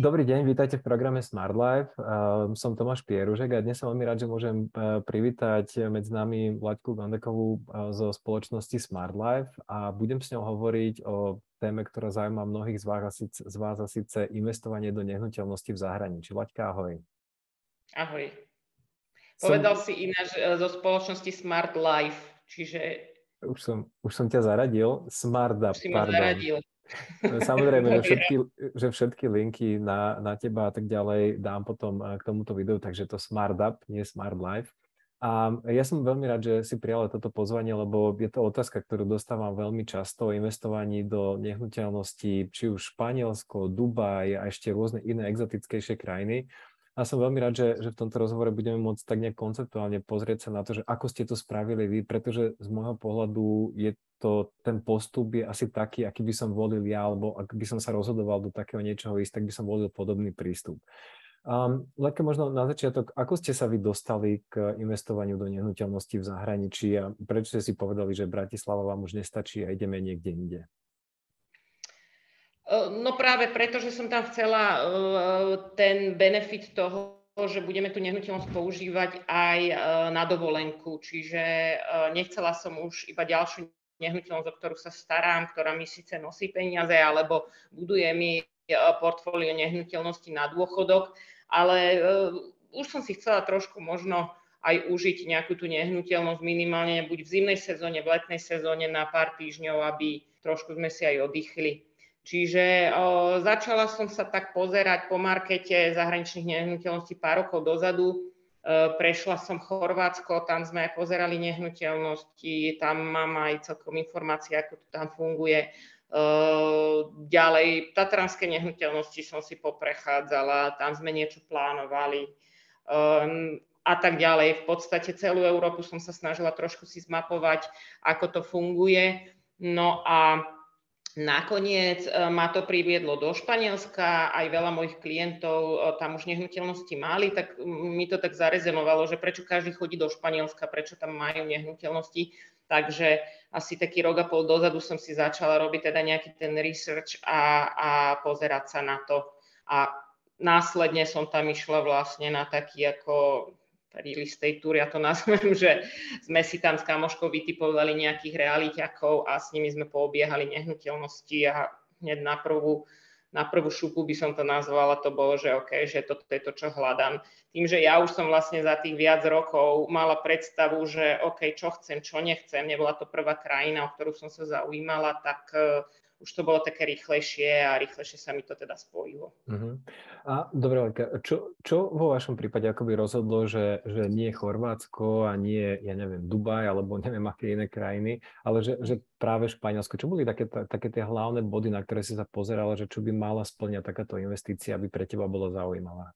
Dobrý deň, vítajte v programe Smart Life. Som Tomáš Pieružek a dnes som veľmi rád, že môžem privítať medzi nami Vlaďku Gandekovú zo spoločnosti Smart Life a budem s ňou hovoriť o téme, ktorá zaujíma mnohých z vás a síce investovanie do nehnuteľnosti v zahraničí. Vlaďka, ahoj. Ahoj. Povedal si ináč zo spoločnosti Smart Life, čiže... Už som ťa zaradil. Smart Up, už si ma pardon. zaradil. Samozrejme, že všetky linky na teba a tak ďalej dám potom k tomuto videu, takže to Smart Up, nie Smart Life. A ja som veľmi rád, že si prijala toto pozvanie, lebo je to otázka, ktorú dostávam veľmi často o investovaní do nehnuteľností, či už Španielsko, Dubaj a ešte rôzne iné exotickejšie krajiny. A som veľmi rád, že v tomto rozhovore budeme môcť tak nejak konceptuálne pozrieť sa na to, že ako ste to spravili vy, pretože z môjho pohľadu ten postup je asi taký, aký by som volil ja, alebo ak by som sa rozhodoval do takého niečoho ísť, tak by som volil podobný prístup. Ľahké možno na začiatok, ako ste sa vy dostali k investovaniu do nehnuteľností v zahraničí a prečo ste si povedali, že Bratislava vám už nestačí a ideme niekde inde? No práve preto, že som tam chcela ten benefit toho, že budeme tú nehnuteľnosť používať aj na dovolenku. Čiže nechcela som už iba ďalšiu nehnuteľnosť, o ktorú sa starám, ktorá mi síce nosí peniaze, alebo buduje mi portfólio nehnuteľnosti na dôchodok, ale už som si chcela trošku možno aj užiť nejakú tú nehnuteľnosť minimálne buď v zimnej sezóne, v letnej sezóne na pár týždňov, aby trošku sme si aj oddychli. Čiže začala som sa tak pozerať po markete zahraničných nehnuteľností pár rokov dozadu. Prešla som Chorvátsko, tam sme aj pozerali nehnuteľnosti, tam mám aj celkom informácie, ako to tam funguje. Ďalej, tatranské nehnuteľnosti som si poprechádzala, tam sme niečo plánovali a tak ďalej. V podstate celú Európu som sa snažila trošku si zmapovať, ako to funguje. No a nakoniec ma to priviedlo do Španielska, aj veľa mojich klientov tam už nehnuteľnosti mali, tak mi to tak zarezonovalo, že prečo každý chodí do Španielska, prečo tam majú nehnuteľnosti. Takže asi taký rok a pol dozadu som si začala robiť teda nejaký ten research a pozerať sa na to. A následne som tam išla vlastne na taký ako real estate tour, ja to nazvem, že sme si tam s kamoškou vytipovali nejakých realiťakov a s nimi sme poobiehali nehnuteľnosti a hneď na prvú šupu by som to nazvala, to bolo, že OK, že toto je to, čo hľadám. Tým, že ja už som vlastne za tých viac rokov mala predstavu, že OK, čo chcem, čo nechcem, nebola to prvá krajina, o ktorú som sa zaujímala, tak už to bolo také rýchlejšie a rýchlejšie sa mi to teda spojilo. A dobre, čo vo vašom prípade akoby rozhodlo, že nie Chorvátsko a nie, ja neviem, Dubaj alebo neviem aké iné krajiny, ale že práve Španielsko. Čo boli také tie hlavné body, na ktoré si sa pozerala, že čo by mala spĺňať takáto investícia, aby pre teba bolo zaujímavá?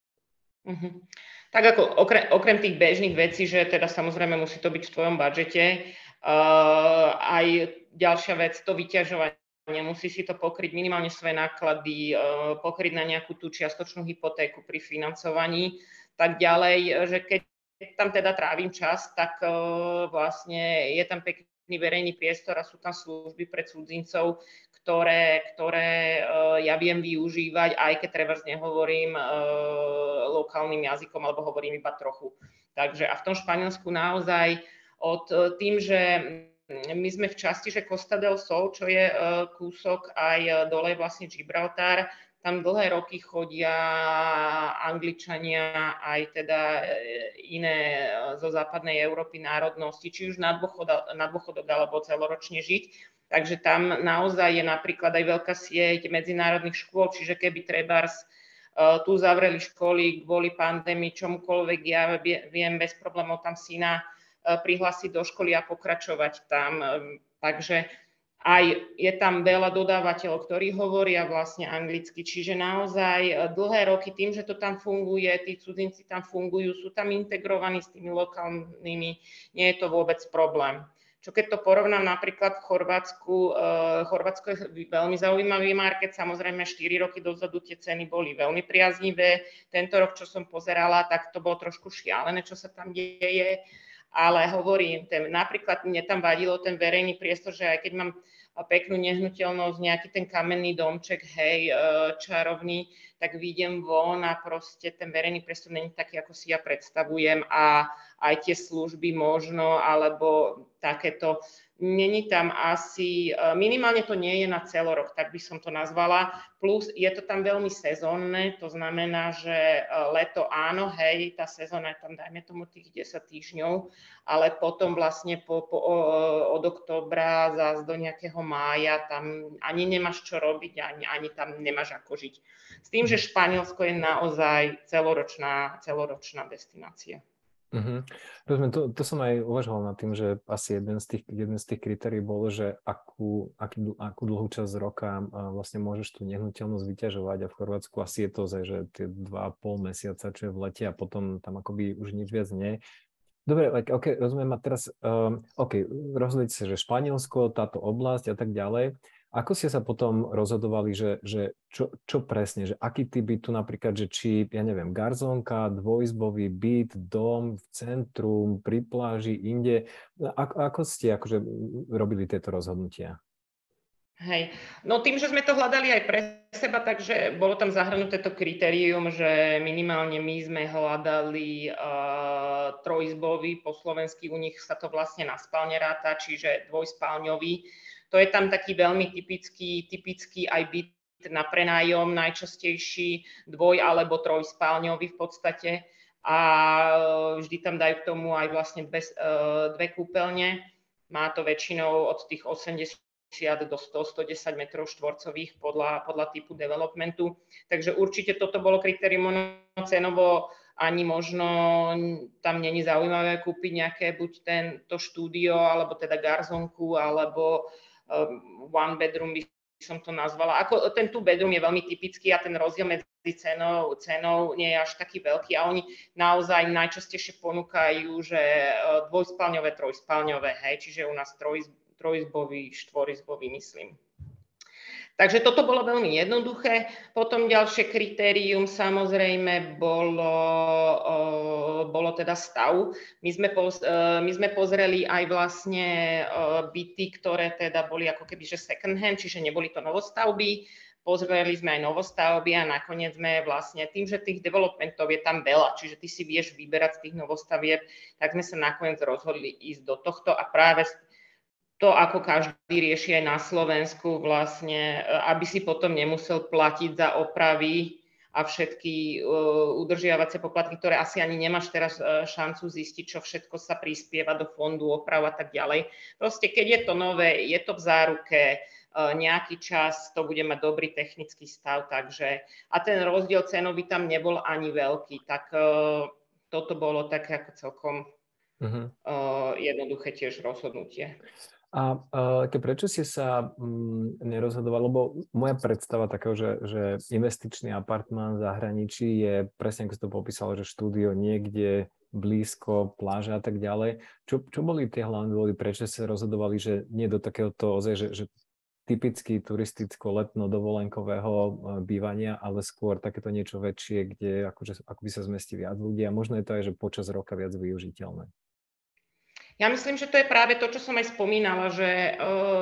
Tak ako okrem tých bežných vecí, že teda samozrejme musí to byť v tvojom budžete, aj ďalšia vec, to vyťažovanie. Musí si to pokryť minimálne svoje náklady, pokryť na nejakú tú čiastočnú hypotéku pri financovaní, tak ďalej, že keď tam teda trávim čas, tak vlastne je tam pekný verejný priestor a sú tam služby pre cudzincov, ktoré ja viem využívať, aj keď trebárs nehovorím lokálnym jazykom, alebo hovorím iba trochu. Takže a v tom Španielsku naozaj tým, že my sme v časti, že Costa del Sol, čo je kúsok aj dole vlastne Gibraltar, tam dlhé roky chodia Angličania, aj teda iné zo západnej Európy národnosti, či už na dôchodok alebo celoročne žiť. Takže tam naozaj je napríklad aj veľká sieť medzinárodných škôl, čiže keby trebárs tu zavreli školy kvôli pandémii, čomukoľvek, ja viem bez problémov tam syna prihlásiť do školy a pokračovať tam. Takže aj je tam veľa dodávateľov, ktorí hovoria vlastne anglicky. Čiže naozaj dlhé roky tým, že to tam funguje, tí cudzinci tam fungujú, sú tam integrovaní s tými lokálnymi, nie je to vôbec problém. Čo keď to porovnám napríklad v Chorvátsku, Chorvátsko je veľmi zaujímavý market, samozrejme 4 roky dozadu tie ceny boli veľmi priaznivé. Tento rok, čo som pozerala, tak to bolo trošku šialené, čo sa tam deje. ale hovorím, napríklad mne tam vadilo ten verejný priestor, že aj keď mám peknú nehnuteľnosť, nejaký ten kamenný domček, hej, čarovný, tak vidím von a proste ten verejný priestor není taký, ako si ja predstavujem a aj tie služby možno, alebo takéto. Není tam asi, minimálne to nie je na celorok, tak by som to nazvala, plus je to tam veľmi sezónne, to znamená, že leto áno, hej, tá sezóna je tam, dajme tomu tých 10 týždňov, ale potom vlastne od októbra zás do nejakého mája tam ani nemáš čo robiť, ani tam nemáš ako žiť. S tým, že Španielsko je naozaj celoročná destinácia. Rozumiem, to som aj uvažoval nad tým, že asi jeden z tých kritérií bolo, že akú dlhú časť roka vlastne môžeš tú nehnuteľnosť vyťažovať a v Chorvátsku asi je to, že tie 2,5 mesiaca, čo je v lete a potom tam akoby už nič viac nie. Dobre, okay, rozumiem a teraz, rozhodujete sa, že Španielsko, táto oblasť a tak ďalej. Ako ste sa potom rozhodovali, že čo presne, že aký typ bytu napríklad, že či, ja neviem, garzónka, dvojizbový byt, dom v centrum, pri pláži, inde. Ako ste akože robili tieto rozhodnutia? Hej, no tým, že sme to hľadali aj pre seba, takže bolo tam zahrnuté to kritérium, že minimálne my sme hľadali trojizbový, po slovensky u nich sa to vlastne na spálne ráta, čiže dvojspálňový. To je tam taký veľmi typický aj byt na prenájom, najčastejší alebo trojspálňový v podstate. A vždy tam dajú k tomu aj vlastne dve kúpeľne. Má to väčšinou od tých 80 do 100-110 metrov štvorcových podľa typu developmentu. Takže určite toto bolo kritérium cenovo, ani možno tam není zaujímavé kúpiť nejaké buď to štúdio, alebo teda garzonku, alebo one bedroom by som to nazvala. Ten two bedroom je veľmi typický a ten rozdiel medzi cenou nie je až taký veľký a oni naozaj najčastejšie ponúkajú, že dvojspálňové, trojspálňové, hej, čiže u nás trojizbový, štvorizbový, myslím. Takže toto bolo veľmi jednoduché. Potom ďalšie kritérium samozrejme bolo teda stav. My sme pozreli aj vlastne byty, ktoré teda boli ako keby že second hand, čiže neboli to novostavby. Pozreli sme aj novostavby a nakoniec sme vlastne tým, že tých developmentov je tam veľa, čiže ty si vieš vyberať z tých novostavieb, tak sme sa nakoniec rozhodli ísť do tohto a práve to, ako každý rieši aj na Slovensku vlastne, aby si potom nemusel platiť za opravy a všetky udržiavacie poplatky, ktoré asi ani nemáš teraz šancu zistiť, čo všetko sa prispieva do fondu oprav a tak ďalej. Proste, keď je to nové, je to v záruke, nejaký čas to bude mať dobrý technický stav, takže a ten rozdiel cenový tam nebol ani veľký, tak toto bolo také ako celkom jednoduché tiež rozhodnutie. A prečo ste sa nerozhodovali, lebo moja predstava takého, že investičný apartmán v zahraničí je presne, ako si to popísalo, že štúdio niekde blízko, pláža a tak ďalej. Čo boli tie hlavné dôvody, prečo ste sa rozhodovali, že nie do takéhoto že typicky turisticko-letno-dovolenkového bývania, ale skôr takéto niečo väčšie, kde ako by sa zmestí viac ľudí a možno je to aj, že počas roka viac využiteľné. Ja myslím, že to je práve to, čo som aj spomínala, že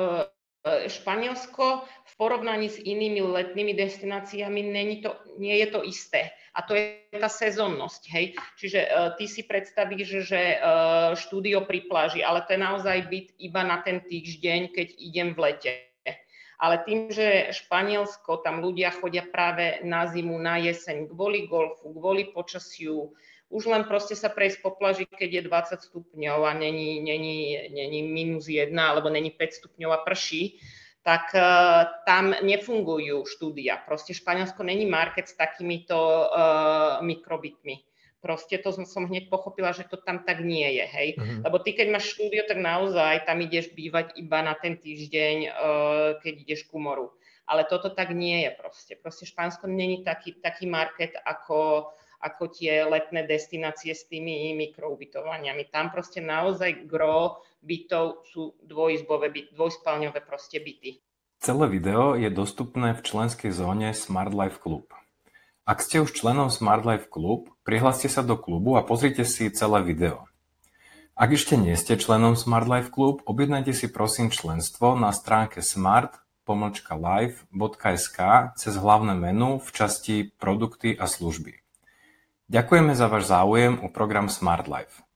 Španielsko v porovnaní s inými letnými destináciami nie je to isté. A to je tá sezónnosť, hej. Čiže ty si predstavíš, že štúdio pri pláži, ale to je naozaj byt iba na ten týždeň, keď idem v lete. Ale tým, že Španielsko, tam ľudia chodia práve na zimu, na jeseň, kvôli golfu, kvôli počasiu, už len proste sa prejsť po pláži, keď je 20 stupňov a není -1 alebo není 5 stupňov a prší, tak tam nefungujú štúdia. Proste Španielsko není market s takýmito mikrobytmi. Proste to som hneď pochopila, že to tam tak nie je, hej. Lebo ty, keď máš štúdio, tak naozaj tam ideš bývať iba na ten týždeň, keď ideš ku moru. Ale toto tak nie je proste. Proste Španielsko není taký market ako tie letné destinácie s tými mikroubytovaniami. Tam proste naozaj gro bytov sú dvojizbové, dvojspálňové proste byty. Celé video je dostupné v členskej zóne Smart Life Club. Ak ste už členom Smart Life Club, prihláste sa do klubu a pozrite si celé video. Ak ešte nie ste členom Smart Life Club, objednajte si prosím členstvo na stránke smart-life.sk cez hlavné menu v časti Produkty a služby. Ďakujeme za váš záujem o program Smart Life.